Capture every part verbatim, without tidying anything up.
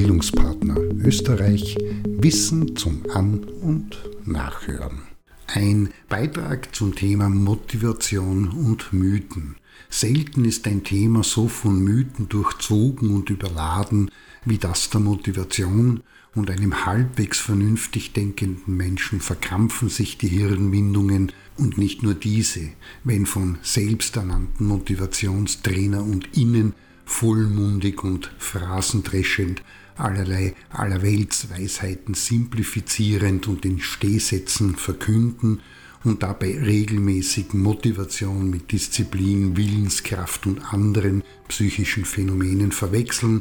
Bildungspartner Österreich Wissen zum An- und Nachhören. Ein Beitrag zum Thema Motivation und Mythen. Selten ist ein Thema so von Mythen durchzogen und überladen wie das der Motivation, und einem halbwegs vernünftig denkenden Menschen verkrampfen sich die Hirnwindungen, und nicht nur diese, wenn von selbsternannten Motivationstrainer und Innen vollmundig und phrasendreschend allerlei Allerweltsweisheiten simplifizierend und in Stehsätzen verkünden und dabei regelmäßig Motivation mit Disziplin, Willenskraft und anderen psychischen Phänomenen verwechseln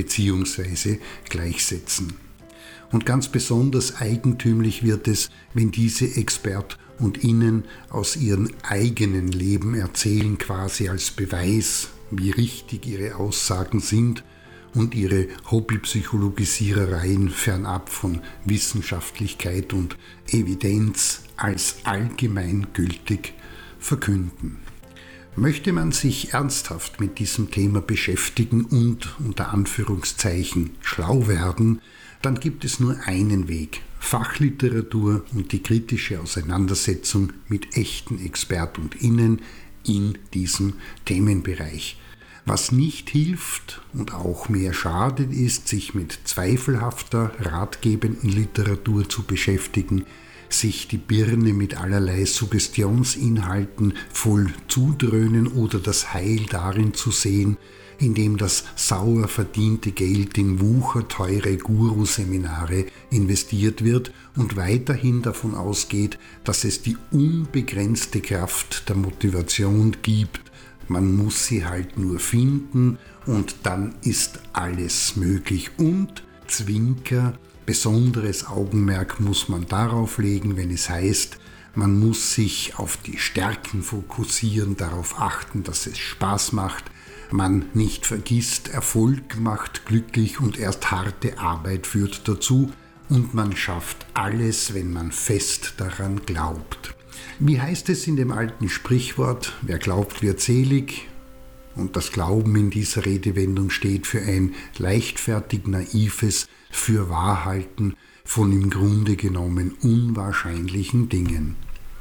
bzw. gleichsetzen. Und ganz besonders eigentümlich wird es, wenn diese Expert und Innen aus ihrem eigenen Leben erzählen, quasi als Beweis, wie richtig ihre Aussagen sind, und ihre Hobbypsychologisierereien fernab von Wissenschaftlichkeit und Evidenz als allgemeingültig verkünden. Möchte man sich ernsthaft mit diesem Thema beschäftigen und unter Anführungszeichen schlau werden, dann gibt es nur einen Weg: Fachliteratur und die kritische Auseinandersetzung mit echten Experten und Innen in diesem Themenbereich. Was nicht hilft und auch mehr schadet, ist, sich mit zweifelhafter, ratgebenden Literatur zu beschäftigen, sich die Birne mit allerlei Suggestionsinhalten voll zudröhnen oder das Heil darin zu sehen, indem das sauer verdiente Geld in wucherteure Guru-Seminare investiert wird und weiterhin davon ausgeht, dass es die unbegrenzte Kraft der Motivation gibt. Man muss sie halt nur finden und dann ist alles möglich. Und Zwinker, besonderes Augenmerk muss man darauf legen, wenn es heißt, man muss sich auf die Stärken fokussieren, darauf achten, dass es Spaß macht, man nicht vergisst, Erfolg macht glücklich und erst harte Arbeit führt dazu, und man schafft alles, wenn man fest daran glaubt. Wie heißt es in dem alten Sprichwort, wer glaubt, wird selig? Und das Glauben in dieser Redewendung steht für ein leichtfertig naives Fürwahrhalten von im Grunde genommen unwahrscheinlichen Dingen.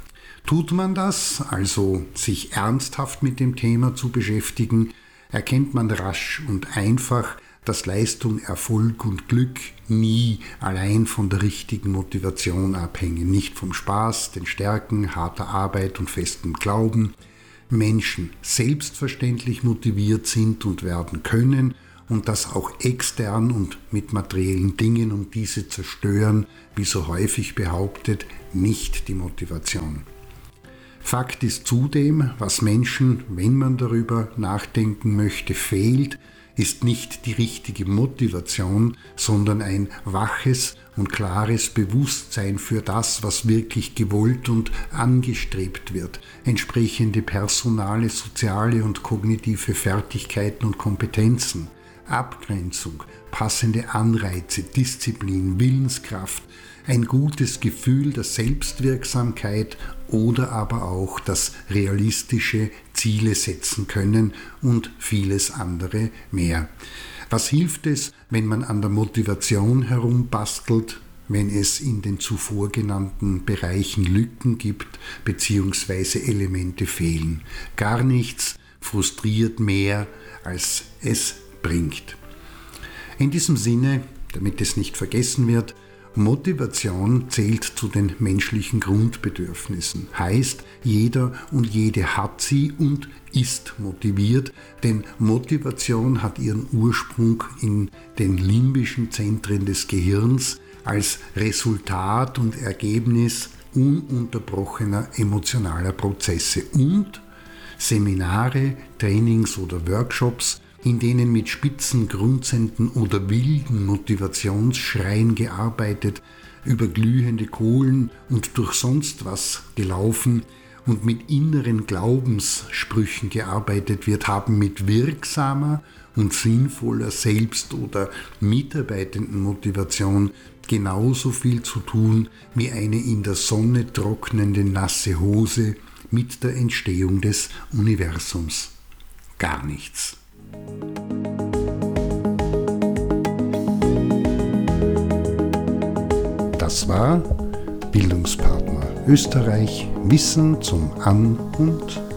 Tut man das, also sich ernsthaft mit dem Thema zu beschäftigen, erkennt man rasch und einfach, dass Leistung, Erfolg und Glück nie allein von der richtigen Motivation abhängen, nicht vom Spaß, den Stärken, harter Arbeit und festem Glauben. Menschen selbstverständlich motiviert sind und werden können und das auch extern und mit materiellen Dingen, und diese zerstören, wie so häufig behauptet, nicht die Motivation. Fakt ist zudem, was Menschen, wenn man darüber nachdenken möchte, fehlt, ist nicht die richtige Motivation, sondern ein waches und klares Bewusstsein für das, was wirklich gewollt und angestrebt wird, entsprechende personale, soziale und kognitive Fertigkeiten und Kompetenzen, Abgrenzung, passende Anreize, Disziplin, Willenskraft, ein gutes Gefühl der Selbstwirksamkeit oder aber auch das realistische Ziele setzen können und vieles andere mehr. Was hilft es, wenn man an der Motivation herumbastelt, wenn es in den zuvor genannten Bereichen Lücken gibt bzw. Elemente fehlen? Gar nichts frustriert mehr, als es bringt. In diesem Sinne, damit es nicht vergessen wird, Motivation zählt zu den menschlichen Grundbedürfnissen. Heißt, jeder und jede hat sie und ist motiviert, denn Motivation hat ihren Ursprung in den limbischen Zentren des Gehirns als Resultat und Ergebnis ununterbrochener emotionaler Prozesse und Seminare, Trainings oder Workshops, in denen mit spitzen, grunzenden oder wilden Motivationsschreien gearbeitet, über glühende Kohlen und durch sonst was gelaufen und mit inneren Glaubenssprüchen gearbeitet wird, haben mit wirksamer und sinnvoller Selbst- oder Mitarbeitendenmotivation genauso viel zu tun wie eine in der Sonne trocknende nasse Hose mit der Entstehung des Universums. Gar nichts. Das war Bildungspartner Österreich, Wissen zum An- und